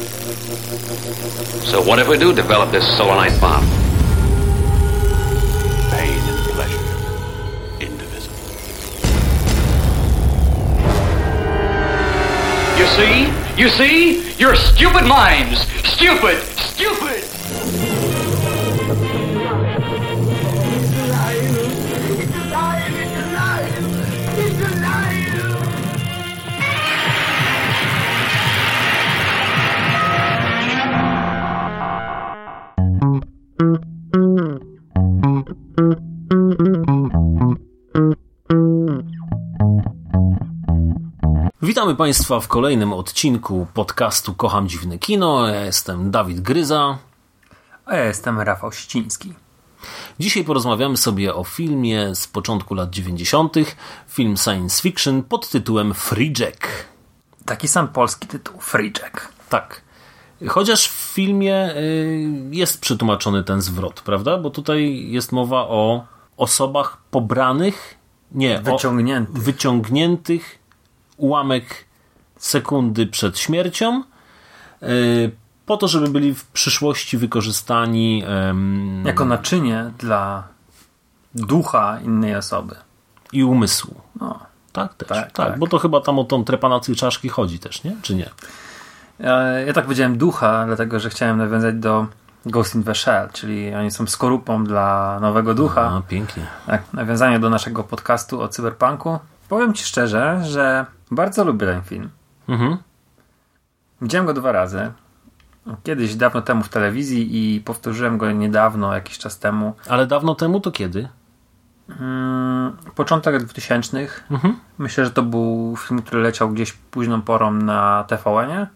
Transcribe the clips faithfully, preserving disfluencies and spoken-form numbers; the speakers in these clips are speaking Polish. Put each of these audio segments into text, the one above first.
So what if we do develop this solanite bomb? Pain and pleasure, indivisible. You see? You see? You're stupid minds! Stupid! Stupid! Witamy Państwa w kolejnym odcinku podcastu Kocham Dziwne Kino. Ja jestem Dawid Gryza. A ja jestem Rafał Ściński. Dzisiaj porozmawiamy sobie o filmie z początku lat dziewięćdziesiątych. Film science fiction pod tytułem Free Jack. Taki sam polski tytuł, Free Jack. Tak. Chociaż w filmie jest przetłumaczony ten zwrot, prawda? Bo tutaj jest mowa o osobach pobranych, nie, wyciągniętych. o wyciągniętych ułamek sekundy przed śmiercią, po to, żeby byli w przyszłości wykorzystani jako naczynie dla ducha innej osoby i umysłu. No. Tak, też. Tak, tak, tak, bo to chyba tam o tą trepanację czaszki chodzi też, nie? Czy nie? Ja, ja tak powiedziałem ducha, dlatego że chciałem nawiązać do Ghost in the Shell, czyli oni są skorupą dla nowego ducha. A, pięknie. Tak, nawiązanie do naszego podcastu o cyberpunku. Powiem Ci szczerze, że bardzo lubię ten film. Mhm. Widziałem go dwa razy. Kiedyś, dawno temu w telewizji i powtórzyłem go niedawno, jakiś czas temu. Ale dawno temu to kiedy? Hmm, początek dwutysięcznych. Mhm. Myślę, że to był film, który leciał gdzieś późną porą na T V N-ie.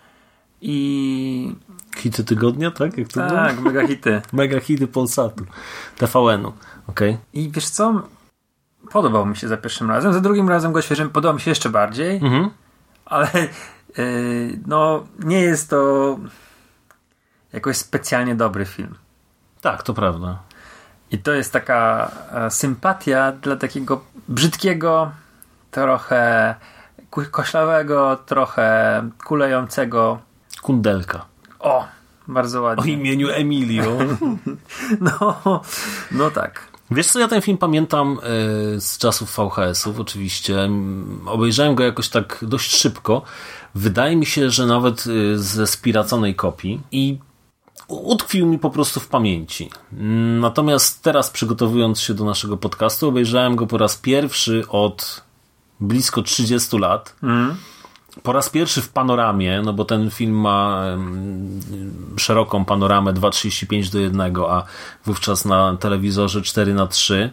I... Hity tygodnia, tak? Jak to tak, było? mega hity. Mega hity Polsatu. T V N-u. Okay. I wiesz co? Podobał mi się za pierwszym razem. Za drugim razem go odświeżyłem. Podobał mi się jeszcze bardziej. Mhm. Ale yy, no nie jest to jakoś specjalnie dobry film. Tak, to prawda. I to jest taka e, sympatia dla takiego brzydkiego, trochę koślawego, trochę kulejącego kundelka. O, bardzo ładnie. O imieniu Emilio. no, no tak. Wiesz co, ja ten film pamiętam y, z czasów V H S-ów oczywiście. Obejrzałem go jakoś tak dość szybko. Wydaje mi się, że nawet y, ze spiraconej kopii i utkwił mi po prostu w pamięci. Natomiast teraz, przygotowując się do naszego podcastu, obejrzałem go po raz pierwszy od blisko trzydziestu lat. Mm. Po raz pierwszy w panoramie, no bo ten film ma um, szeroką panoramę dwa trzydzieści pięć do jednego, a wówczas na telewizorze cztery na trzy.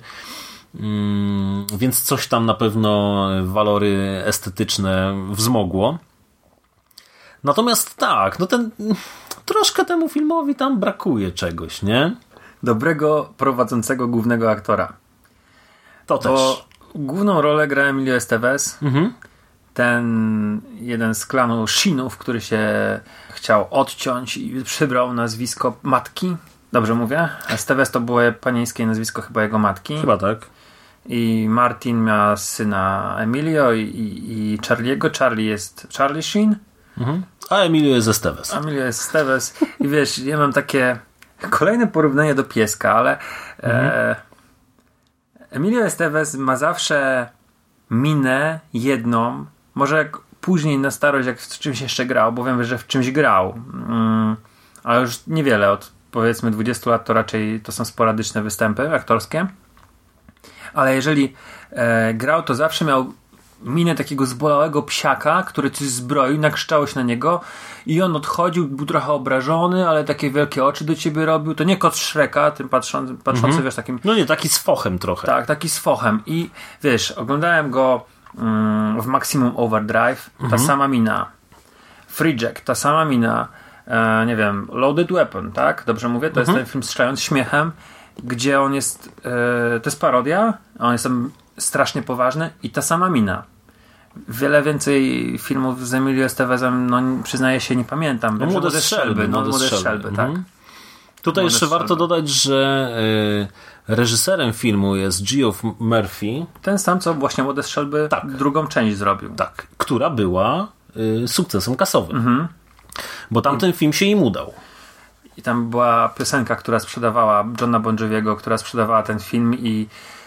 Um, więc coś tam na pewno walory estetyczne wzmogło. Natomiast tak, no ten troszkę temu filmowi tam brakuje czegoś, nie? Dobrego prowadzącego głównego aktora. To też. Bo główną rolę gra Emilio Estevez. Mhm. Ten jeden z klanu Shinów, który się chciał odciąć i przybrał nazwisko matki. Dobrze mówię? Estevez to było panieńskie nazwisko chyba jego matki. Chyba tak. I Martin miał syna Emilio i, i, i Charlie'ego. Charlie jest Charlie Sheen. Mhm. A Emilio jest Estevez. Emilio jest Estevez. I wiesz, ja mam takie kolejne porównanie do pieska, ale mhm. e, Emilio Estevez ma zawsze minę jedną. Może jak później na starość, jak w czymś jeszcze grał, bo wiem, że w czymś grał. Mm, ale już niewiele, od powiedzmy dwudziestu lat to raczej to są sporadyczne występy aktorskie. Ale jeżeli e, grał, to zawsze miał minę takiego zbolałego psiaka, który coś zbroił, nakrzyczało się na niego i on odchodził, był trochę obrażony, ale takie wielkie oczy do ciebie robił. To nie kot Shreka, tym patrzący, patrzący, mhm. wiesz, takim... No nie, taki z fochem trochę. Tak, taki z fochem. I wiesz, oglądałem go mm, w Maximum Overdrive, ta mhm. sama mina. Free Jack, ta sama mina. E, nie wiem, Loaded Weapon, tak? Dobrze mówię? To mhm. jest ten film strzelając śmiechem, gdzie on jest... E, to jest parodia, on jest tam strasznie poważny i ta sama mina. Wiele więcej filmów z Emilio Estevezem, no przyznaję się, nie pamiętam. No, Młode strzelby, no, Młode strzelby, strzelby mhm. tak. Tutaj Młode jeszcze strzelby. warto dodać, że y, reżyserem filmu jest Geoff Murphy. Ten sam, co właśnie Młode strzelby tak. drugą część zrobił. Tak, która była y, sukcesem kasowym. Mhm. Bo tamten film się im udał. I tam była piosenka, która sprzedawała Johna Bon Joviego, która sprzedawała ten film i,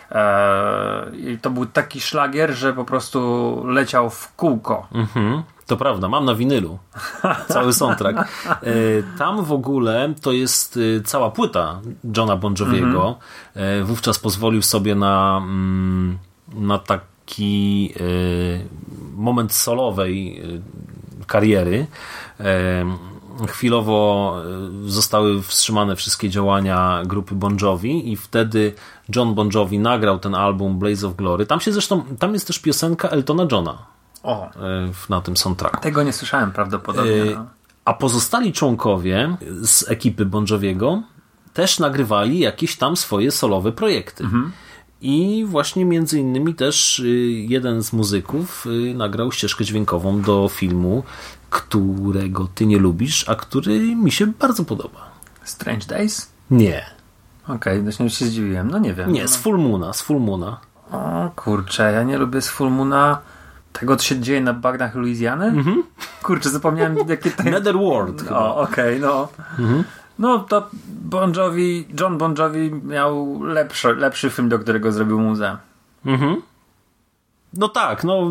e, i to był taki szlagier, że po prostu leciał w kółko. Mhm. To prawda, mam na winylu cały soundtrack. E, tam w ogóle to jest e, cała płyta Johna Bon Joviego. Mhm. E, wówczas pozwolił sobie na, mm, na taki e, moment solowej e, kariery. E, Chwilowo zostały wstrzymane wszystkie działania grupy Bon Jovi i wtedy John Bon Jovi nagrał ten album Blaze of Glory. Tam się zresztą, tam jest też piosenka Eltona Johna o. na tym soundtracku. Tego nie słyszałem prawdopodobnie. No. A pozostali członkowie z ekipy Bon Joviego też nagrywali jakieś tam swoje solowe projekty. Mhm. I właśnie między innymi też jeden z muzyków nagrał ścieżkę dźwiękową do filmu, którego ty nie lubisz, a który mi się bardzo podoba. Strange Days? Nie. Okej, okay, właśnie się zdziwiłem. No nie wiem. Nie, z Full Moona, z Full Moona. O kurczę, ja nie lubię z Full Moona tego, co się dzieje na bagnach Luizjany. Mhm. Kurczę, zapomniałem jakie to jest. Netherworld. No, okej, okay, no. Mhm. No to Bon Jovi, John Bon Jovi miał lepszy, lepszy film, do którego zrobił muzę. Mhm. No tak, no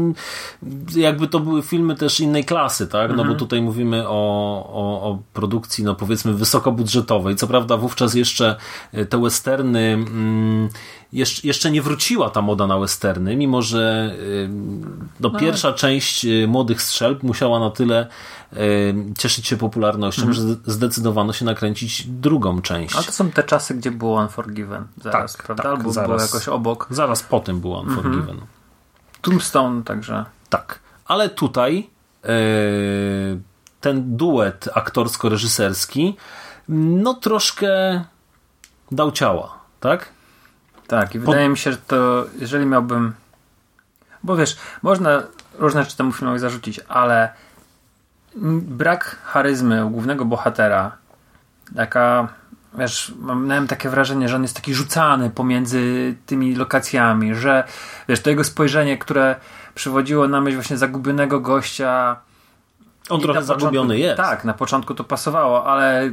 jakby to były filmy też innej klasy, tak? No mhm. bo tutaj mówimy o, o, o produkcji, no powiedzmy wysokobudżetowej. Co prawda wówczas jeszcze te westerny mm, jeszcze, jeszcze nie wróciła ta moda na westerny, mimo że no, no. pierwsza część Młodych Strzelb musiała na tyle cieszyć się popularnością, mhm. że zdecydowano się nakręcić drugą część. A to są te czasy, gdzie było Unforgiven. Zaraz, tak, prawda? Tak, Albo zaraz, było jakoś obok. Zaraz potem było Unforgiven. Mhm. Tombstone także. Tak, ale tutaj e, ten duet aktorsko-reżyserski no troszkę dał ciała, tak? Tak, i wydaje po... mi się, że to jeżeli miałbym, bo wiesz, można różne rzeczy temu filmowi zarzucić, ale brak charyzmy u głównego bohatera, taka, wiesz, mam, miałem takie wrażenie, że on jest taki rzucany pomiędzy tymi lokacjami, że wiesz, to jego spojrzenie, które przywodziło na myśl właśnie zagubionego gościa. On trochę zagubiony początku, jest. Tak, na początku to pasowało, ale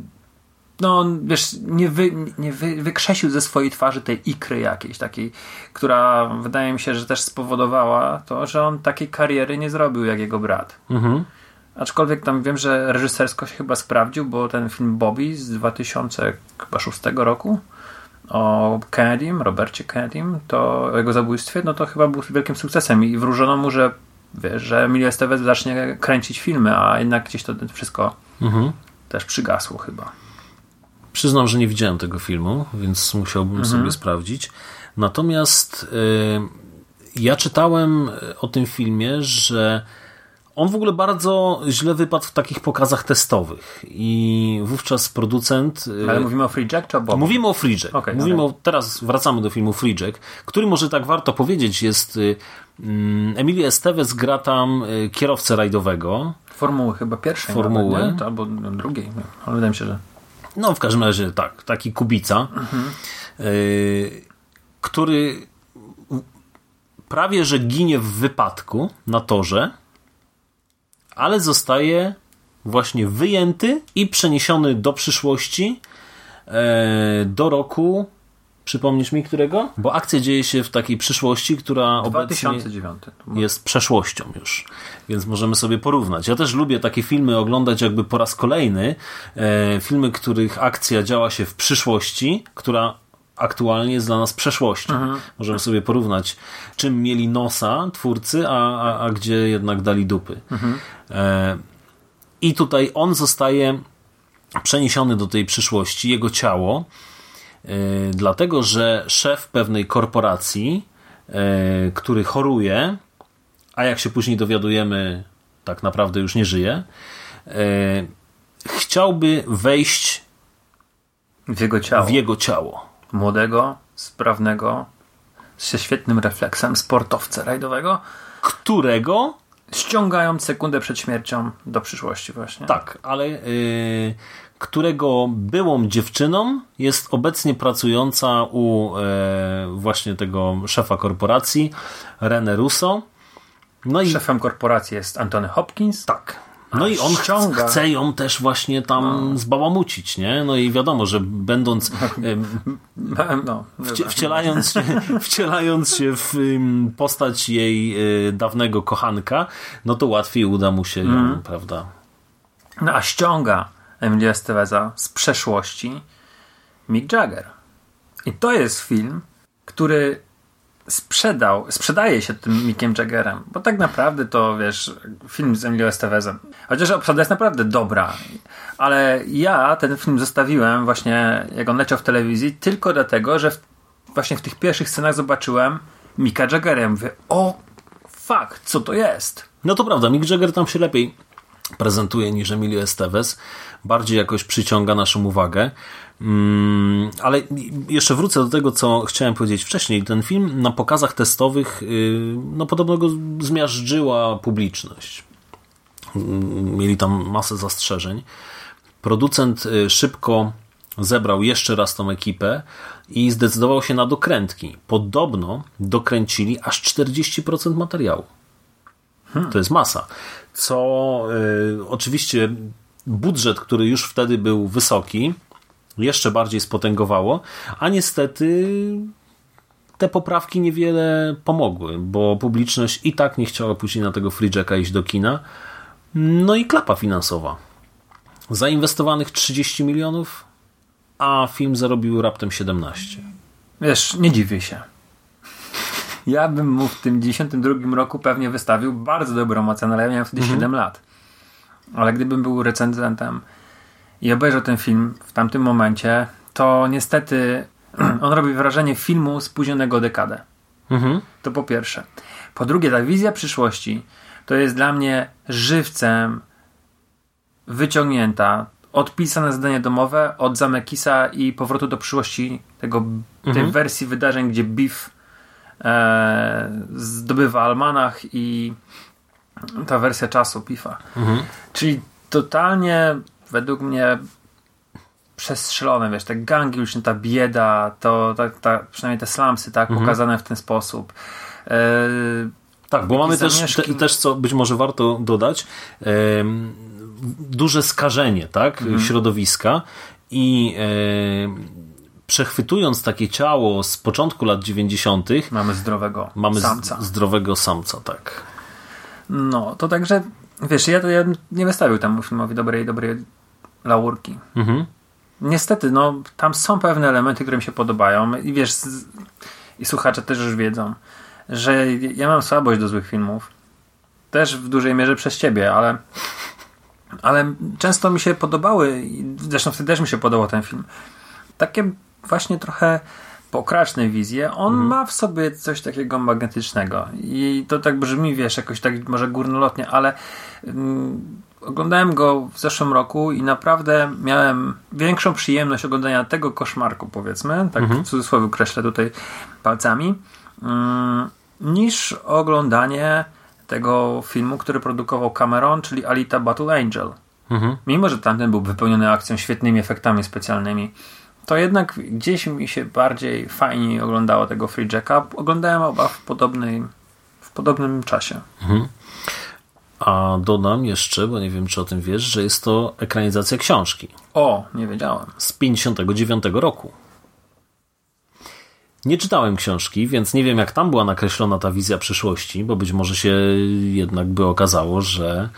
no wiesz, nie, wy, nie wy, wykrzesił ze swojej twarzy tej ikry jakiejś takiej, która wydaje mi się, że też spowodowała to, że on takiej kariery nie zrobił jak jego brat. Mhm. Aczkolwiek tam wiem, że reżysersko się chyba sprawdził, bo ten film Bobby z dwa tysiące szóstego roku o Kennedym, Robercie Kennedym, to o jego zabójstwie, no to chyba był wielkim sukcesem i wróżono mu, że wiesz, że Emilio Estevez zacznie kręcić filmy, a jednak gdzieś to wszystko mhm. też przygasło chyba. Przyznam, że nie widziałem tego filmu, więc musiałbym mhm. sobie sprawdzić. Natomiast yy, ja czytałem o tym filmie, że on w ogóle bardzo źle wypadł w takich pokazach testowych i wówczas producent... Ale mówimy o Free Jack czy o Bob? Mówimy o Free Jack. Okay, mówimy okay. o, teraz wracamy do filmu Free Jack, który może tak warto powiedzieć jest... Um, Emilio Estevez gra tam kierowcę rajdowego. Formuły chyba pierwszej. Formuły. Nawet, albo drugiej. Ale wydaje mi się, że... No w każdym razie tak. Taki Kubica, mhm. y, który prawie że ginie w wypadku na torze, ale zostaje właśnie wyjęty i przeniesiony do przyszłości, e, do roku, przypomnisz mi którego? Bo akcja dzieje się w takiej przyszłości, która dwa tysiące dziewiąty obecnie jest przeszłością już, więc możemy sobie porównać. Ja też lubię takie filmy oglądać jakby po raz kolejny, e, filmy, których akcja działa się w przyszłości, która aktualnie jest dla nas przeszłością. Mhm. Możemy sobie porównać, czym mieli nosa twórcy, a, a, a gdzie jednak dali dupy. Mhm. E, I tutaj on zostaje przeniesiony do tej przyszłości, jego ciało, e, dlatego, że szef pewnej korporacji, e, który choruje, a jak się później dowiadujemy, tak naprawdę już nie żyje, e, chciałby wejść w jego ciało. W jego ciało. Młodego, sprawnego, ze świetnym refleksem sportowca rajdowego, którego ściągają sekundę przed śmiercią do przyszłości właśnie. Tak, ale yy, którego byłą dziewczyną jest obecnie pracująca u yy, właśnie tego szefa korporacji, Rene Russo. No i szefem korporacji jest Anthony Hopkins. Tak. No i on ściąga. chce ją też właśnie tam no. zbałamucić, nie? No i wiadomo, że będąc no, wci- wcielając, się, wcielając się w postać jej dawnego kochanka, no to łatwiej uda mu się ją, mm. prawda? No a ściąga Emilio Esteveza z przeszłości Mick Jagger. I to jest film, który sprzedał, sprzedaje się tym Mickiem Jaggerem, bo tak naprawdę to, wiesz, film z Emilio Estevezem. Chociaż obsada jest naprawdę dobra, ale ja ten film zostawiłem właśnie, jak on leciał w telewizji, tylko dlatego, że w, właśnie w tych pierwszych scenach zobaczyłem Micka Jaggera. Ja mówię, o fuck, co to jest? No to prawda, Mick Jagger tam się lepiej prezentuje niż Emilio Estevez, bardziej jakoś przyciąga naszą uwagę. Hmm, ale jeszcze wrócę do tego, co chciałem powiedzieć wcześniej. Ten film na pokazach testowych yy, no podobno go zmiażdżyła publiczność. Yy, mieli tam masę zastrzeżeń. Producent yy, szybko zebrał jeszcze raz tą ekipę i zdecydował się na dokrętki. Podobno dokręcili aż czterdzieści procent materiału. Hmm. To jest masa. Co yy, oczywiście budżet, który już wtedy był wysoki, jeszcze bardziej spotęgowało, a niestety te poprawki niewiele pomogły, bo publiczność i tak nie chciała później na tego Free Jacka iść do kina. No i klapa finansowa. Zainwestowanych trzydzieści milionów, a film zarobił raptem siedemnaście. Wiesz, nie dziwię się. Ja bym mu w tym dziewięćdziesiątym drugim roku pewnie wystawił bardzo dobrą ocenę, ale ja miałem wtedy mhm. siedem lat. Ale gdybym był recenzentem i obejrzał ten film w tamtym momencie, to niestety on robi wrażenie filmu spóźnionego dekadę. Mhm. To po pierwsze. Po drugie, ta wizja przyszłości to jest dla mnie żywcem wyciągnięta, odpisane zadanie domowe od Zamekisa i Powrotu do przyszłości, tego, tej mhm. wersji wydarzeń, gdzie Biff e, zdobywa almanach i ta wersja czasu Biffa. Mhm. Czyli totalnie według mnie przestrzelone, wiesz, te gangi, już ta bieda, to ta, ta, przynajmniej te slumsy, tak, mhm. pokazane w ten sposób. E, tak, bo mamy też, te, też, co być może warto dodać, e, duże skażenie, tak, mhm. środowiska i e, przechwytując takie ciało z początku lat dziewięćdziesiątych mamy zdrowego mamy samca. Z, zdrowego samca, tak. No, to także, wiesz, ja, to ja nie wystawił temu filmowi dobrej, dobrej laurki. Mhm. Niestety, no, tam są pewne elementy, które mi się podobają i wiesz, z, i słuchacze też już wiedzą, że ja mam słabość do złych filmów. Też w dużej mierze przez ciebie, ale ale często mi się podobały, zresztą wtedy też mi się podobał ten film. Takie właśnie trochę pokraczne wizje. On mm. ma w sobie coś takiego magnetycznego i to tak brzmi, wiesz, jakoś tak może górnolotnie, ale um, oglądałem go w zeszłym roku i naprawdę miałem większą przyjemność oglądania tego koszmarku, powiedzmy, tak mm-hmm. w cudzysłowie kreślę tutaj palcami, um, niż oglądanie tego filmu, który produkował Cameron, czyli Alita Battle Angel. Mm-hmm. Mimo, że tamten był wypełniony akcją, świetnymi efektami specjalnymi, to jednak gdzieś mi się bardziej fajnie oglądało tego Free Jacka. Oglądałem oba w, podobnej, w podobnym czasie. Mhm. A dodam jeszcze, bo nie wiem, czy o tym wiesz, że jest to ekranizacja książki. O, nie wiedziałem. Z pięćdziesiątego dziewiątego roku. Nie czytałem książki, więc nie wiem, jak tam była nakreślona ta wizja przyszłości, bo być może się jednak by okazało, że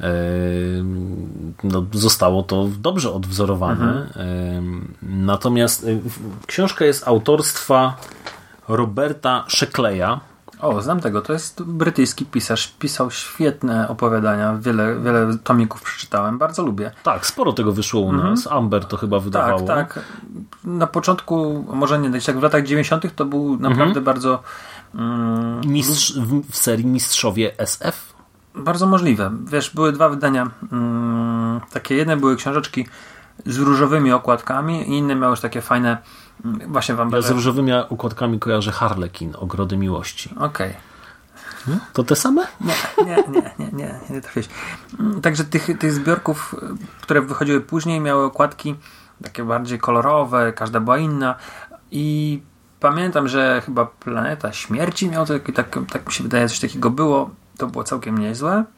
no, zostało to dobrze odwzorowane. Mhm. Natomiast książka jest autorstwa Roberta Sheckley'a. O, znam tego. To jest brytyjski pisarz. Pisał świetne opowiadania. Wiele, wiele tomików przeczytałem. Bardzo lubię. Tak, sporo tego wyszło u mhm. nas. Amber to chyba wydawało. Tak, tak. Na początku, może nie, tak w latach dziewięćdziesiątych to był naprawdę mhm. bardzo... Mm, Mistrz, w serii Mistrzowie S F? Bardzo możliwe. Wiesz, były dwa wydania. Mm, takie jedne były książeczki z różowymi okładkami i inne miały już takie fajne właśnie w Amberze. Ja z różowymi okładkami kojarzę Harlekin, Ogrody Miłości. Okej. Okay. To te same? Nie, nie, nie, nie, nie, nie trafiłeś. Także tych, tych zbiorków, które wychodziły później, miały okładki takie bardziej kolorowe, każda była inna i pamiętam, że chyba Planeta Śmierci miał taki, tak, tak mi się wydaje, coś takiego było. To było całkiem niezłe,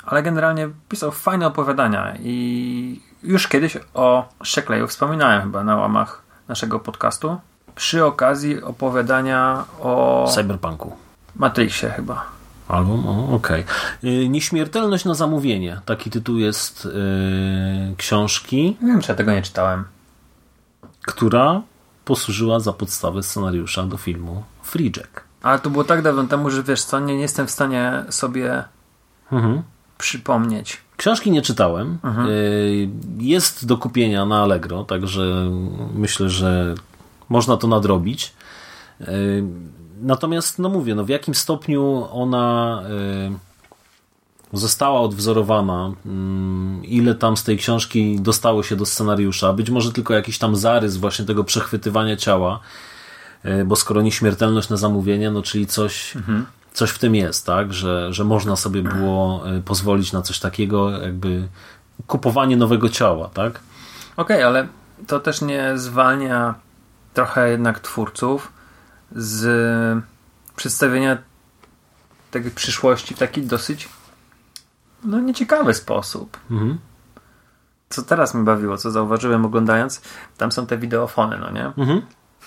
ale generalnie pisał fajne opowiadania i już kiedyś o Shackley'u wspominałem chyba na łamach naszego podcastu przy okazji opowiadania o Cyberpunku. Matrixie chyba. Album? O, okej. Okay. Nieśmiertelność na zamówienie. Taki tytuł jest yy, książki. Nie wiem, czy ja tego nie czytałem. Która posłużyła za podstawę scenariusza do filmu Free Jack. Ale to było tak dawno temu, że wiesz co, nie, nie jestem w stanie sobie mhm. przypomnieć. Książki nie czytałem. Mhm. Yy, jest do kupienia na Allegro, także myślę, że można to nadrobić. Yy, Natomiast, no mówię, no w jakim stopniu ona y, została odwzorowana, y, ile tam z tej książki dostało się do scenariusza, być może tylko jakiś tam zarys właśnie tego przechwytywania ciała, y, bo skoro nieśmiertelność na zamówienie, no czyli coś, mhm. coś w tym jest, tak, że, że można sobie było y, pozwolić na coś takiego, jakby kupowanie nowego ciała, tak? Okej, okay, ale to też nie zwalnia trochę jednak twórców z przedstawienia tej przyszłości w taki dosyć no nieciekawy sposób. Mhm. Co teraz mi bawiło, co zauważyłem oglądając, tam są te wideofony, no nie? Mhm.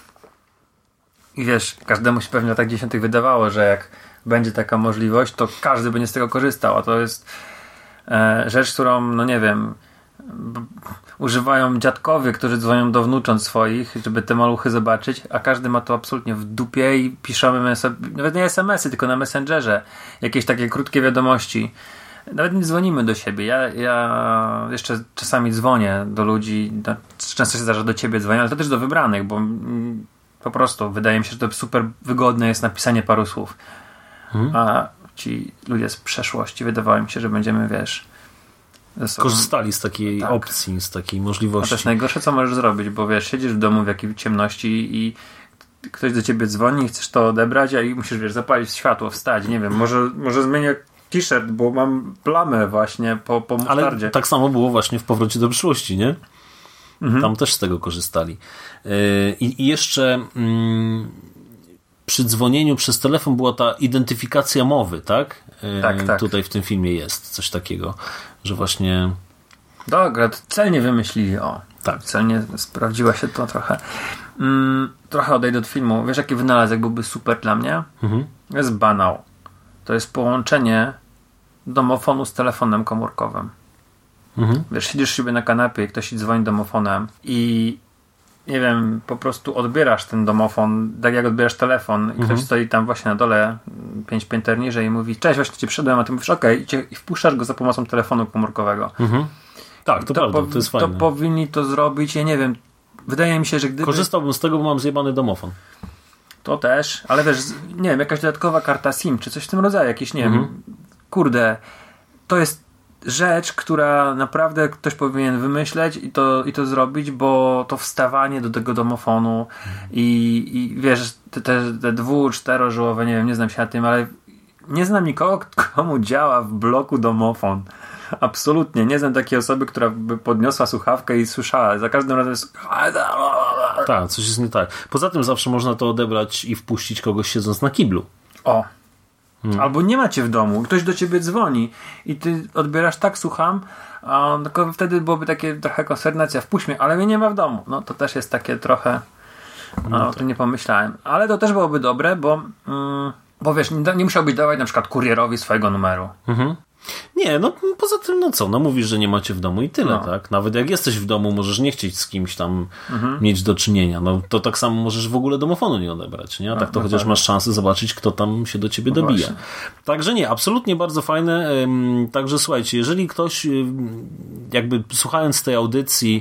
I wiesz, każdemu się pewnie o tak dziesiątych wydawało, że jak będzie taka możliwość, to każdy będzie z tego korzystał, a to jest e, rzecz, którą, no nie wiem, b- używają dziadkowie, którzy dzwonią do wnucząt swoich, żeby te maluchy zobaczyć, a każdy ma to absolutnie w dupie i piszemy sobie, nawet nie es em esy, tylko na Messengerze, jakieś takie krótkie wiadomości. Nawet nie dzwonimy do siebie. Ja, ja jeszcze czasami dzwonię do ludzi, no, często się zdarza do ciebie dzwonię, ale to też do wybranych, bo mm, po prostu wydaje mi się, że to super wygodne jest napisanie paru słów. Hmm. A ci ludzie z przeszłości wydawało mi się, że będziemy, wiesz, korzystali z takiej tak. opcji, z takiej możliwości. A to jest najgorsze, co możesz zrobić, bo wiesz, siedzisz w domu w jakiej ciemności i ktoś do ciebie dzwoni i chcesz to odebrać, a i musisz, wiesz, zapalić światło, wstać, nie wiem, może, może zmienię t-shirt, bo mam plamę właśnie po, po musztardzie. Ale tak samo było właśnie w Powrocie do przyszłości, nie? Mhm. Tam też z tego korzystali. Yy, I jeszcze yy, przy dzwonieniu przez telefon była ta identyfikacja mowy, tak? Yy, tak, tak. Tutaj w tym filmie jest coś takiego, że właśnie... Dobra, celnie wymyślili, o. Tak. Celnie sprawdziła się to trochę. Mm, trochę odejdę od filmu. Wiesz, jaki wynalazek byłby super dla mnie? Mhm. Jest banał. To jest połączenie domofonu z telefonem komórkowym. Mhm. Wiesz, siedzisz sobie na kanapie i ktoś ci dzwoni domofonem i nie wiem, po prostu odbierasz ten domofon, tak jak odbierasz telefon i mhm. ktoś stoi tam właśnie na dole pięć pięter niżej i mówi, cześć, właśnie cię przyszedłem, a ty mówisz okej, okay, i wpuszczasz go za pomocą telefonu komórkowego. Mhm. Tak, to, to prawda, po, to jest fajne. To powinni to zrobić, ja nie wiem, wydaje mi się, że gdyby... Korzystałbym z tego, bo mam zjebany domofon. To też, ale wiesz, nie wiem, jakaś dodatkowa karta SIM, czy coś w tym rodzaju, jakieś, nie mhm. wiem, kurde, to jest rzecz, która naprawdę ktoś powinien wymyśleć i to, i to zrobić, bo to wstawanie do tego domofonu i, i wiesz, te, te, te dwu, czterożyłowe, nie wiem, nie znam się na tym, ale nie znam nikogo, komu działa w bloku domofon. Absolutnie. Nie znam takiej osoby, która by podniosła słuchawkę i słyszała. Za każdym razem jest... Tak, coś jest nie tak. Poza tym zawsze można to odebrać i wpuścić kogoś siedząc na kiblu. O. Hmm. Albo nie macie w domu. Ktoś do ciebie dzwoni i ty odbierasz, tak, słucham, a tylko wtedy byłoby takie trochę konsternacja. Wpuść mnie, ale mnie nie ma w domu. No to też jest takie trochę... No, no o tym nie pomyślałem. Ale to też byłoby dobre, bo... Mm, bo wiesz, nie, nie musiałbyś dawać na przykład kurierowi swojego numeru. Mhm. Nie, no poza tym, no co, no mówisz, że nie macie w domu i tyle, no. tak? Nawet jak jesteś w domu, możesz nie chcieć z kimś tam mhm. mieć do czynienia, no to tak samo możesz w ogóle domofonu nie odebrać, nie? A no, tak to no chociaż tak. masz szansę zobaczyć, kto tam się do ciebie no dobija. Właśnie. Także nie, absolutnie bardzo fajne. Także słuchajcie, jeżeli ktoś jakby słuchając tej audycji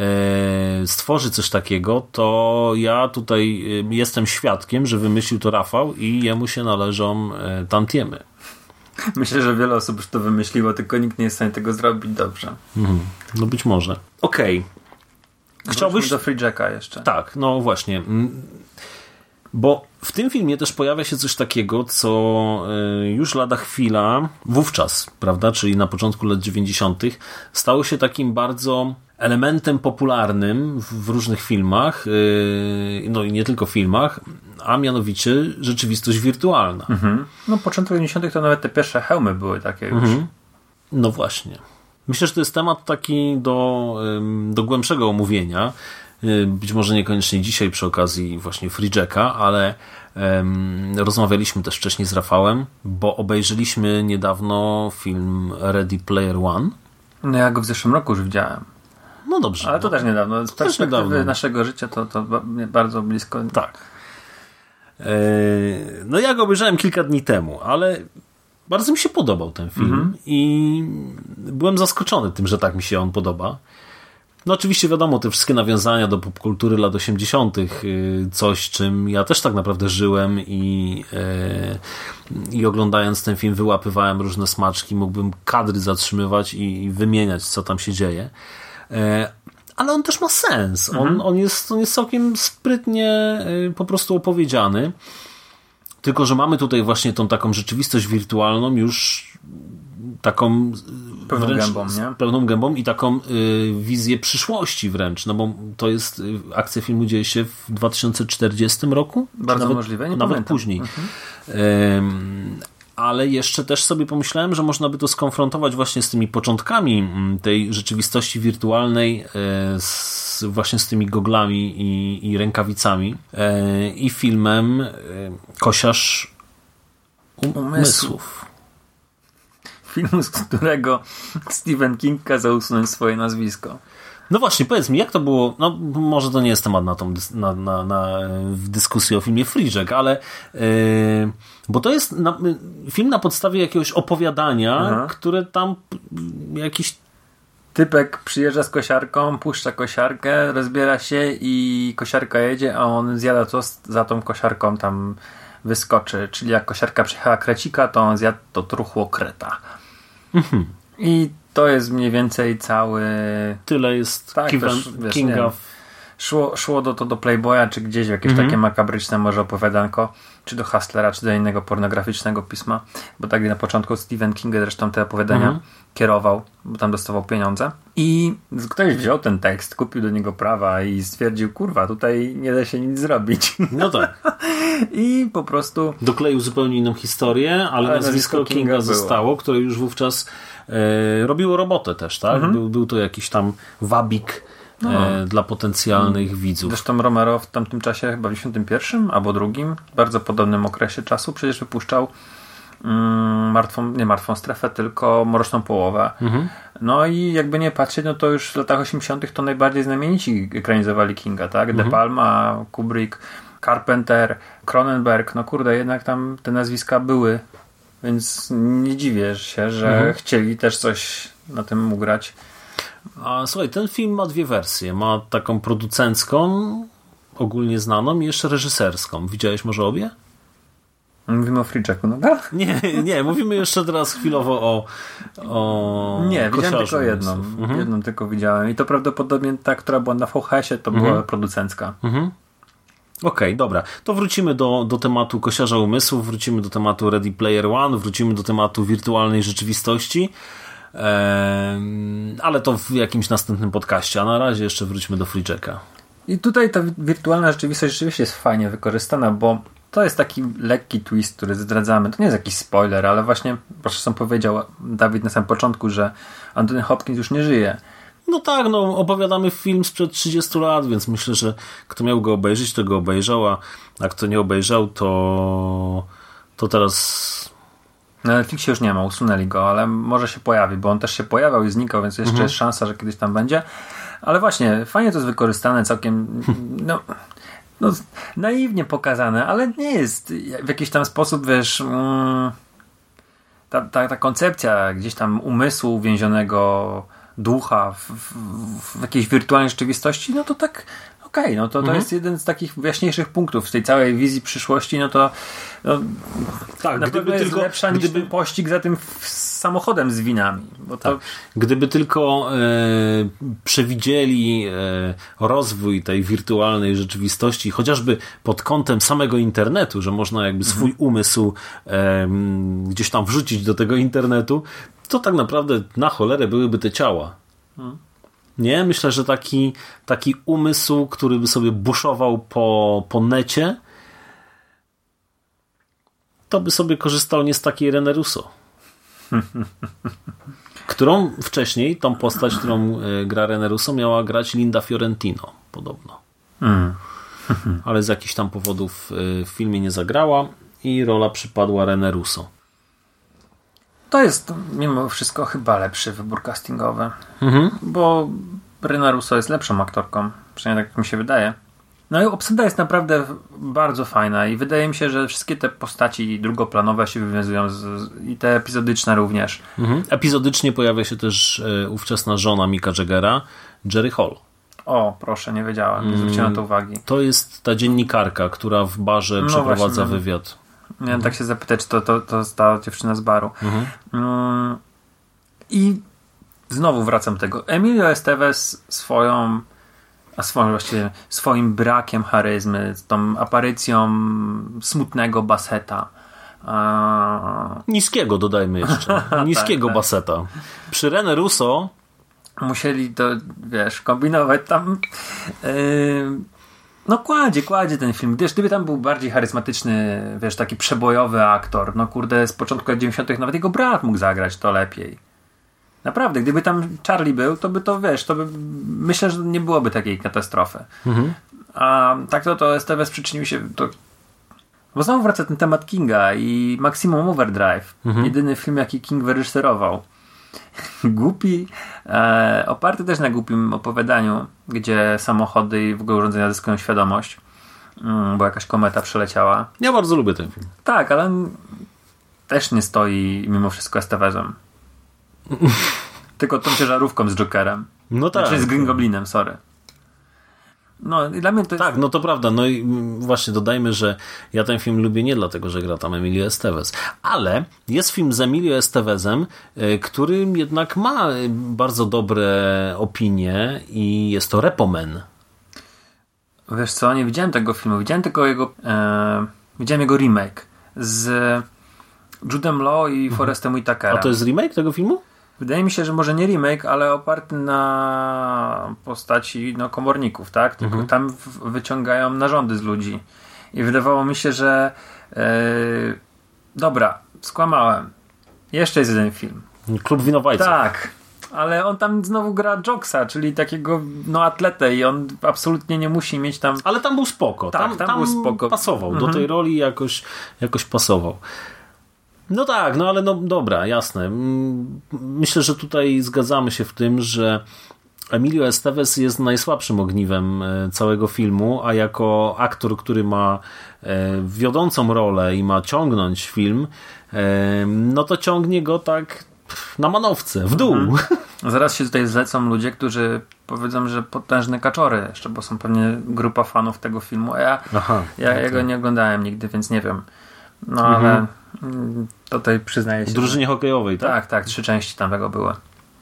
stworzy coś takiego, to ja tutaj jestem świadkiem, że wymyślił to Rafał i jemu się należą tantiemy. Myślę, że wiele osób już to wymyśliło, tylko nikt nie jest w stanie tego zrobić dobrze. Mm, no być może. Okej. Okay. Chciałbyś... do Free Jacka jeszcze. Tak, no właśnie. Bo w tym filmie też pojawia się coś takiego, co już lada chwila, wówczas, prawda, czyli na początku lat dziewięćdziesiątych, stało się takim bardzo elementem popularnym w różnych filmach, no i nie tylko filmach, a mianowicie rzeczywistość wirtualna. Mhm. No początek dziewięćdziesiątych to nawet te pierwsze hełmy były takie już. Mhm. No właśnie. Myślę, że to jest temat taki do, do głębszego omówienia. Być może niekoniecznie dzisiaj przy okazji właśnie Free Jacka, ale um, rozmawialiśmy też wcześniej z Rafałem, bo obejrzeliśmy niedawno film Ready Player One. No ja go w zeszłym roku już widziałem. No dobrze. Ale to no. też niedawno. Z perspektywy niedawno. naszego życia to, to bardzo blisko. Tak. No ja go obejrzałem kilka dni temu, ale bardzo mi się podobał ten film mhm. i byłem zaskoczony tym, że tak mi się on podoba. No oczywiście wiadomo, te wszystkie nawiązania do popkultury lat osiemdziesiątych, coś czym ja też tak naprawdę żyłem i, i oglądając ten film wyłapywałem różne smaczki, mógłbym kadry zatrzymywać i, i wymieniać, co tam się dzieje. Ale on też ma sens. Mhm. On, on, jest, on jest całkiem sprytnie po prostu opowiedziany. Tylko że mamy tutaj właśnie tą taką rzeczywistość wirtualną już taką pełną wręcz, gębą, nie? pełną gębą i taką y, wizję przyszłości wręcz, no bo to jest y, akcja filmu dzieje się w dwa tysiące czterdziestym roku? Bardzo nawet, możliwe, nie nawet pamiętam. później. Mhm. Y, ale jeszcze też sobie pomyślałem, że można by to skonfrontować właśnie z tymi początkami tej rzeczywistości wirtualnej, y, z, właśnie z tymi goglami i, i rękawicami y, i filmem y, Kosiarz um- umysłów. Filmu, z którego Stephen King kazał usunąć swoje nazwisko. No właśnie, powiedz mi, jak to było, no może to nie jest temat na, tą, na, na, na w dyskusji o filmie Free Jack, ale yy, bo to jest na, film na podstawie jakiegoś opowiadania, Aha. które tam jakiś typek przyjeżdża z kosiarką, puszcza kosiarkę, rozbiera się i kosiarka jedzie, a on zjada to za tą kosiarką tam wyskoczy, czyli jak kosiarka przyjechała krecika, to on zjadł to truchło kreta. Mhm. I to jest mniej więcej cały... Tyle jest tak, Kinga. też, wiesz, Kinga. Szło, szło do, to do Playboya, czy gdzieś w jakieś mhm. takie makabryczne może opowiadanko, czy do Hustlera, czy do innego pornograficznego pisma, bo tak na początku Stephen King zresztą te opowiadania mhm. kierował, bo tam dostawał pieniądze. I ktoś wziął ten tekst, kupił do niego prawa i stwierdził, kurwa, tutaj nie da się nic zrobić. No tak. I po prostu... dokleił zupełnie inną historię, ale, ale nazwisko Kinga, Kinga zostało, które już wówczas e, robiło robotę też, tak? Mhm. Był, był to jakiś tam wabik no. e, dla potencjalnych hmm. widzów. Zresztą Romero w tamtym czasie, chyba w dziewięćdziesiątym pierwszym albo drugim, w bardzo podobnym okresie czasu, przecież wypuszczał mm, martwą, nie martwą strefę, tylko Mroczną połowę. Mhm. No i jakby nie patrzeć, no to już w latach osiemdziesiątych to najbardziej znamienici ekranizowali Kinga, tak? Mhm. De Palma, Kubrick, Carpenter, Cronenberg, no kurde, jednak tam te nazwiska były, więc nie dziwię się, że mhm. chcieli też coś na tym ugrać. A słuchaj, ten film ma dwie wersje. Ma taką producencką, ogólnie znaną, i jeszcze reżyserską. Widziałeś może obie? Mówimy o Free Jacku, no tak? Nie, nie, mówimy jeszcze teraz chwilowo o, o nie, widziałem tylko jedną. Mhm. Jedną tylko widziałem. I to prawdopodobnie ta, która była na V H S-ie, to mhm. była producencka. Mhm. Okej, okay, dobra. To wrócimy do, do tematu Kosiarza umysłów, wrócimy do tematu Ready Player One, wrócimy do tematu wirtualnej rzeczywistości, eee, ale to w jakimś następnym podcaście, a na razie jeszcze wróćmy do Free Jacka. I tutaj ta wirtualna rzeczywistość rzeczywiście jest fajnie wykorzystana, bo to jest taki lekki twist, który zdradzamy. To nie jest jakiś spoiler, ale właśnie, proszę sam powiedział Dawid na samym początku, że Anthony Hopkins już nie żyje. No tak, no opowiadamy film sprzed trzydziestu lat, więc myślę, że kto miał go obejrzeć, to go obejrzał, a, a kto nie obejrzał, to to teraz... Na Netflixie już nie ma, usunęli go, ale może się pojawi, bo on też się pojawiał i znikał, więc jeszcze mhm. jest szansa, że kiedyś tam będzie. Ale właśnie, fajnie to jest wykorzystane, całkiem no, no naiwnie pokazane, ale nie jest w jakiś tam sposób, wiesz... Mm, ta, ta, ta koncepcja gdzieś tam umysłu więzionego, ducha w, w, w jakiejś wirtualnej rzeczywistości, no to tak okej, okay, no to, to mhm. jest jeden z takich jaśniejszych punktów w tej całej wizji przyszłości, no to no, tak, na pewno jest tylko, lepsza niż gdyby, ten pościg za tym samochodem z winami. Bo to... tak. Gdyby tylko e, przewidzieli e, rozwój tej wirtualnej rzeczywistości, chociażby pod kątem samego internetu, że można jakby swój mhm. umysł e, gdzieś tam wrzucić do tego internetu, to tak naprawdę na cholerę byłyby te ciała. Hmm. Nie? Myślę, że taki, taki umysł, który by sobie buszował po, po necie, to by sobie korzystał nie z takiej René Russo. Którą wcześniej, tą postać, którą gra Rene Russo, miała grać Linda Fiorentino, podobno. Mm. Ale z jakichś tam powodów w filmie nie zagrała i rola przypadła Rene Russo. To jest mimo wszystko chyba lepszy wybór castingowy, Mhm. bo Rene Russo jest lepszą aktorką, przynajmniej tak mi się wydaje. No i obsada jest naprawdę bardzo fajna i wydaje mi się, że wszystkie te postaci drugoplanowe się wywiązują z, z, i te epizodyczne również. Mhm. Epizodycznie pojawia się też e, ówczesna żona Micka Jaggera, Jerry Hall. O, proszę, nie wiedziałem, nie zwróciłem na to uwagi. To jest ta dziennikarka, która w barze No przeprowadza właśnie, wywiad. Miałem mhm. tak się zapytać, czy to, to, to jest ta dziewczyna z baru. Mhm. Mm, I znowu wracam do tego. Emilio Estevez swoją a swoim właściwie swoim brakiem charyzmy, z tą aparycją smutnego baseta. A... Niskiego dodajmy jeszcze. Niskiego tak, tak. baseta. Przy Rene Russo musieli to, wiesz, kombinować tam. Yy... No kładzie, kładzie ten film. Gdyż gdyby tam był bardziej charyzmatyczny, wiesz, taki przebojowy aktor, no kurde, z początku lat dziewięćdziesiątych nawet jego brat mógł zagrać to lepiej. Naprawdę, gdyby tam Charlie był, to by to, wiesz, to by, myślę, że nie byłoby takiej katastrofy. Mhm. A tak to, to Estevez przyczynił się do... Bo znowu wraca ten temat Kinga i Maximum Overdrive. Mhm. Jedyny film, jaki King wyreżyserował. Głupi, e, oparty też na głupim opowiadaniu, gdzie samochody i w ogóle urządzenia zyskują świadomość, mm, bo jakaś kometa przeleciała. Ja bardzo lubię ten film. Tak, ale on też nie stoi mimo wszystko Estevezem. Tylko tą ciężarówką z Jokerem. No tak. Znaczy z Green Goblinem, sorry. No i dla mnie to jest... Tak, no to prawda. No i właśnie dodajmy, że ja ten film lubię nie dlatego, że gra tam Emilio Estevez. Ale jest film z Emilio Estevezem, który jednak ma bardzo dobre opinie i jest to Repo Man. Wiesz co, nie widziałem tego filmu. Widziałem tylko jego... E, widziałem jego remake z Judem Law i Forrestem Whitakerem. A to jest remake tego filmu? Wydaje mi się, że może nie remake, ale oparty na postaci no, komorników, tak? Tylko mhm. tam w- wyciągają narządy z ludzi. I wydawało mi się, że yy... dobra, skłamałem. Jeszcze jest jeden film. Klub Winowajców. Tak, ale on tam znowu gra Jokesa, czyli takiego no atletę i on absolutnie nie musi mieć tam... Ale tam był spoko. Tak, tam, tam, tam był spoko. pasował. Mhm. Do tej roli jakoś, jakoś pasował. No tak, no ale no dobra, jasne. Myślę, że tutaj zgadzamy się w tym, że Emilio Estevez jest najsłabszym ogniwem całego filmu, a jako aktor, który ma wiodącą rolę i ma ciągnąć film, no to ciągnie go tak na manowce, w dół. Mhm. Zaraz się tutaj zlecą ludzie, którzy powiedzą, że potężne kaczory jeszcze, bo są pewnie grupa fanów tego filmu, a ja, Aha, ja, okay. ja go nie oglądałem nigdy, więc nie wiem. No mhm. ale tutaj przyznaję się. W drużynie że... hokejowej, tak? Tak, tak, trzy części tam tego były.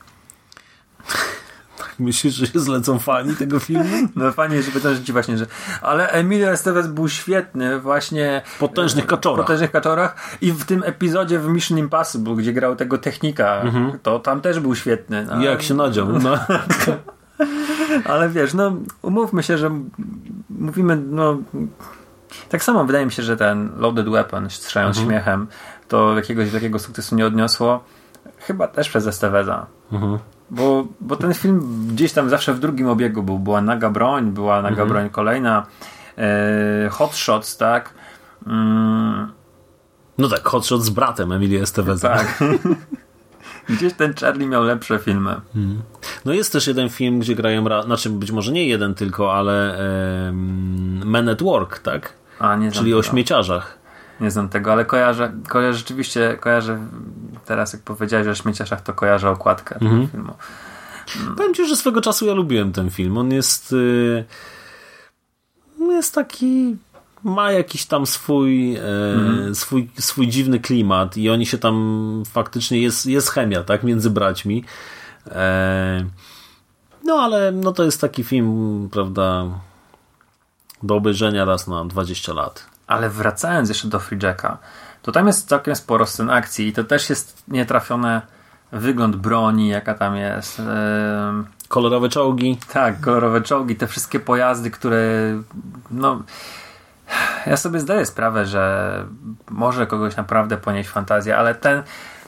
Myślisz, że się zlecą fani tego filmu? No fani, że pytasz ci właśnie, że ale Emilio Estevez był świetny właśnie w Potężnych Kaczorach. W Potężnych Kaczorach i w tym epizodzie w Mission Impossible, gdzie grał tego technika, mhm. to tam też był świetny. No. Jak się nadział. No. Ale wiesz, no umówmy się, że mówimy, no tak samo wydaje mi się, że ten Loaded Weapon, strzelając mhm. śmiechem, to jakiegoś wielkiego sukcesu nie odniosło. Chyba też przez Esteveza. Mhm. Bo, bo ten film gdzieś tam zawsze w drugim obiegu był. Była naga broń, była naga mhm. broń kolejna. E, Hot Shots, tak? Mm. No tak, Hot Shots z bratem Emilio Esteveza. Tak. Gdzieś ten Charlie miał lepsze filmy. Hmm. No jest też jeden film, gdzie grają, ra- znaczy być może nie jeden tylko, ale e, Men at Work, tak? A, nie Czyli o śmieciarzach. Nie znam tego, ale kojarzę, kojarzę rzeczywiście, kojarzę teraz jak powiedziałeś o śmieciarzach, to kojarzę okładkę tego mm-hmm. filmu. Mm. Powiem ci, że swego czasu ja lubiłem ten film. On jest yy, jest taki, ma jakiś tam swój, yy, mm-hmm. swój swój dziwny klimat i oni się tam faktycznie, jest, jest chemia, tak, między braćmi. Yy, no ale no to jest taki film, prawda, do obejrzenia raz na dwadzieścia lat. Ale wracając jeszcze do Free Jacka, to tam jest całkiem sporo scen akcji i to też jest nietrafione wygląd broni, jaka tam jest. Yy... Kolorowe czołgi. Tak, kolorowe czołgi, te wszystkie pojazdy, które no ja sobie zdaję sprawę, że może kogoś naprawdę ponieść fantazję, ale ten,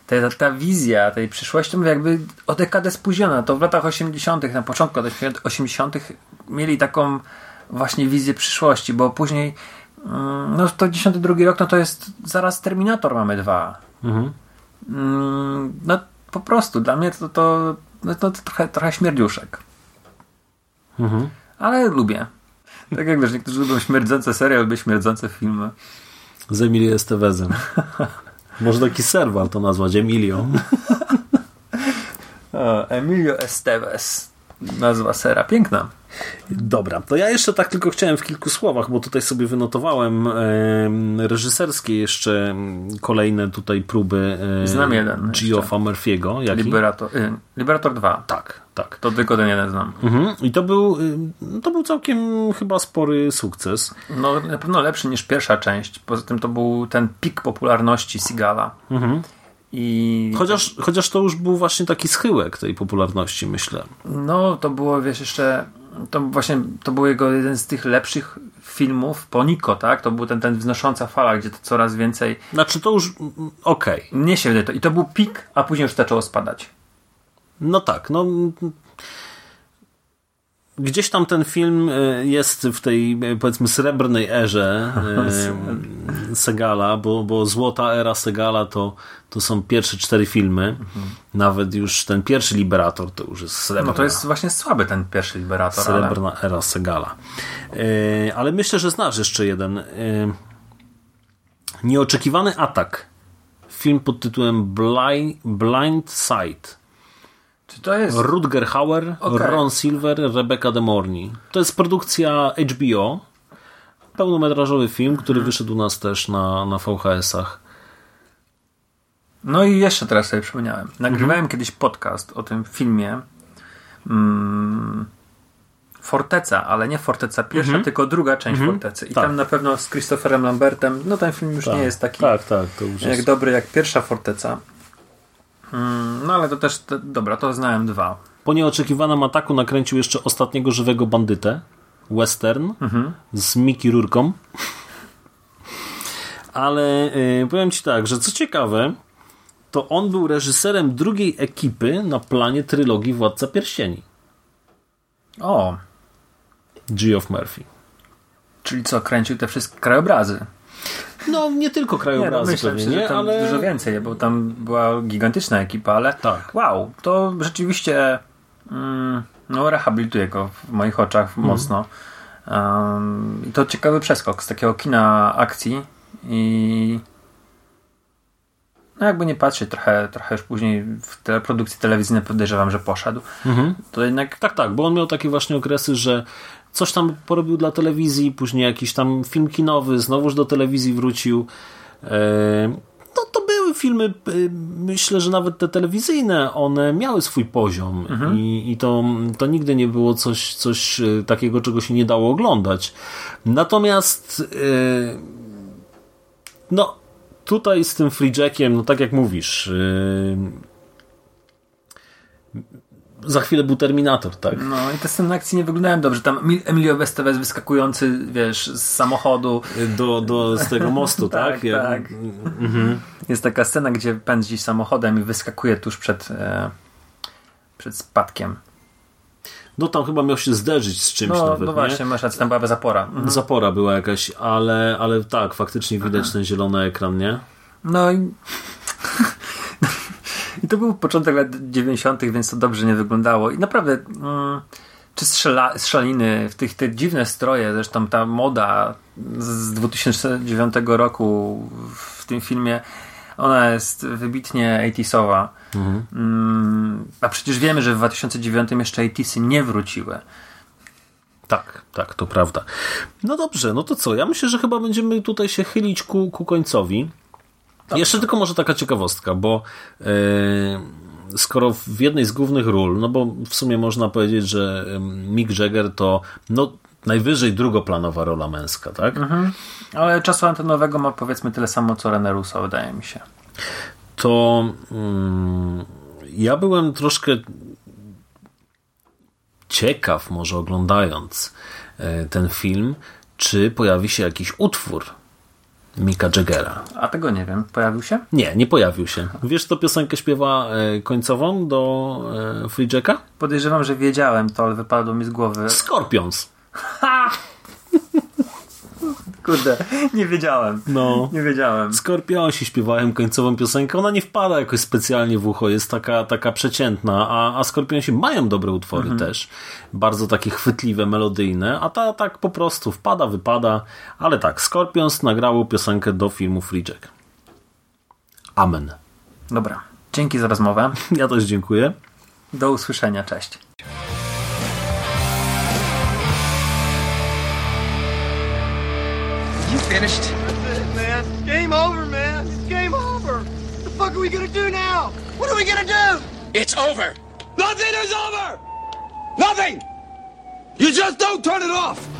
ta, ta wizja tej przyszłości, mówię, jakby o dekadę spóźniona. To w latach osiemdziesiątych, na początku lat osiemdziesiątych mieli taką właśnie wizję przyszłości, bo później no to dziesiąty drugi rok, no to jest zaraz Terminator mamy dwa. Mhm. No po prostu dla mnie to, to, no, to trochę, trochę śmierdziuszek. Mhm. Ale lubię. Tak jak wiesz, niektórzy lubią śmierdzące serie, lubią śmierdzące filmy. Z Emilio Estevezem. Może taki serwal to nazwać, Emilio. O, Emilio Estevez. Nazwa sera. Piękna. Dobra, to ja jeszcze tak tylko chciałem w kilku słowach, bo tutaj sobie wynotowałem e, reżyserskie jeszcze kolejne tutaj próby e, znam jeden Geoffa Murphy'ego. Jaki? Liberator, y, Liberator dwa. Tak, tak. To tylko ten jeden znam. Mhm. I to był, to był całkiem chyba spory sukces. No na pewno lepszy niż pierwsza część. Poza tym to był ten pik popularności Seagala. Mhm. I chociaż, chociaż to już był właśnie taki schyłek tej popularności, myślę. No, to było, wiesz, jeszcze to właśnie, to był jego jeden z tych lepszych filmów po Nico, tak? To był ten, ten wznosząca fala, gdzie to coraz więcej... Znaczy to już okej. Okay. Nie się wydaje to. I to był pik, a później już zaczęło spadać. No tak, no... Gdzieś tam ten film jest w tej, powiedzmy, srebrnej erze e, Segala, bo, bo złota era Segala to, to są pierwsze cztery filmy. Mhm. Nawet już ten pierwszy Liberator to już jest srebrna. No to jest właśnie słaby ten pierwszy Liberator. Srebrna ale... era Segala. E, ale myślę, że znasz jeszcze jeden. E, Nieoczekiwany atak. Film pod tytułem Blind, Blind Side. Czy to jest... Rutger Hauer, okay. Ron Silver, Rebecca De Morney. To jest produkcja H B O. Pełnometrażowy film, który hmm. wyszedł u nas też na, na V H S-ach. No i jeszcze teraz sobie przypomniałem. Nagrywałem hmm. kiedyś podcast o tym filmie mm, Forteca, ale nie Forteca pierwsza, hmm. tylko druga część hmm. Fortecy. I tak. tam na pewno z Christopherem Lambertem, no ten film już tak. nie jest taki tak, tak, to już jak jest... dobry jak pierwsza Forteca. No ale to też, to, dobra, to znałem dwa. Po nieoczekiwanym ataku nakręcił jeszcze Ostatniego żywego bandytę, western mhm. z Mickey Rourke'ą. Ale yy, powiem ci tak, że co ciekawe, to on był reżyserem drugiej ekipy na planie trylogii Władca Pierścieni. O! Geoff Murphy. Czyli co, kręcił te wszystkie krajobrazy? No, nie tylko krajobrazy, nie, no myślę, pewnie, że nie? Tam ale dużo więcej, bo tam była gigantyczna ekipa, ale tak. Wow, to rzeczywiście mm, no, rehabilituje go w moich oczach mm. mocno. Um, I to ciekawy przeskok z takiego kina akcji i no jakby nie patrzeć, trochę, trochę już później w te produkcji telewizyjnej podejrzewam, że poszedł. Mm-hmm. To jednak... Tak, tak, bo on miał takie właśnie okresy, że coś tam porobił dla telewizji, później jakiś tam film kinowy, znowuż do telewizji wrócił. No to były filmy, myślę, że nawet te telewizyjne, one miały swój poziom mhm. i, i to, to nigdy nie było coś, coś takiego, czego się nie dało oglądać. Natomiast no tutaj z tym Free Jackiem, no tak jak mówisz, za chwilę był Terminator, tak? No i te sceny akcji nie wyglądają dobrze. Tam Emilio Estevez wyskakujący, wiesz, z samochodu. Do, do, z tego mostu, tak? tak, ja... tak. Mhm. Jest taka scena, gdzie pędzi samochodem i wyskakuje tuż przed, e, przed spadkiem. No tam chyba miał się zderzyć z czymś no, nawet, no właśnie, masz rację, tam była zapora. Mhm. Zapora była jakaś, ale, ale tak, faktycznie widać mhm. ten zielony ekran, nie? No i... I to był początek lat dziewięćdziesiątych, więc to dobrze nie wyglądało. I naprawdę, mm, czy strzela, strzeliny w tych te dziwne stroje, zresztą ta moda z dwa tysiące dziewiątego roku w tym filmie, ona jest wybitnie osiemdziesiątowa. Mhm. Mm, a przecież wiemy, że w dwa tysiące dziewiątym jeszcze osiemdziesiąte nie wróciły. Tak, tak, to prawda. No dobrze, no to co? Ja myślę, że chyba będziemy tutaj się chylić ku, ku końcowi. Dobrze. Jeszcze tylko może taka ciekawostka, bo yy, skoro w jednej z głównych ról, no bo w sumie można powiedzieć, że Mick Jagger to no, najwyżej drugoplanowa rola męska, tak? Mhm. Ale czasu antenowego ma powiedzmy tyle samo co René Russo, wydaje mi się. To yy, ja byłem troszkę ciekaw, może oglądając yy, ten film, czy pojawi się jakiś utwór Micka Jaggera. A tego nie wiem. Pojawił się? Nie, nie pojawił się. Wiesz, kto piosenkę śpiewa e, końcową do e, Free Jacka? Podejrzewam, że wiedziałem to, ale wypadło mi z głowy. Scorpions. Ha! Kurde, nie wiedziałem. No. Nie wiedziałem. Skorpionsi śpiewają końcową piosenkę. Ona nie wpada jakoś specjalnie w ucho, jest taka, taka przeciętna, a, a Skorpionsi mają dobre utwory mhm. też. Bardzo takie chwytliwe, melodyjne, a ta tak po prostu wpada, wypada. Ale tak, Scorpions nagrało piosenkę do filmu Free Jack. Amen. Dobra, dzięki za rozmowę. Ja też dziękuję. Do usłyszenia, cześć. You finished? That's it, man. It's game over, man. It's game over. What the fuck are we gonna do now? What are we gonna do? It's over. Nothing is over! Nothing! You just don't turn it off!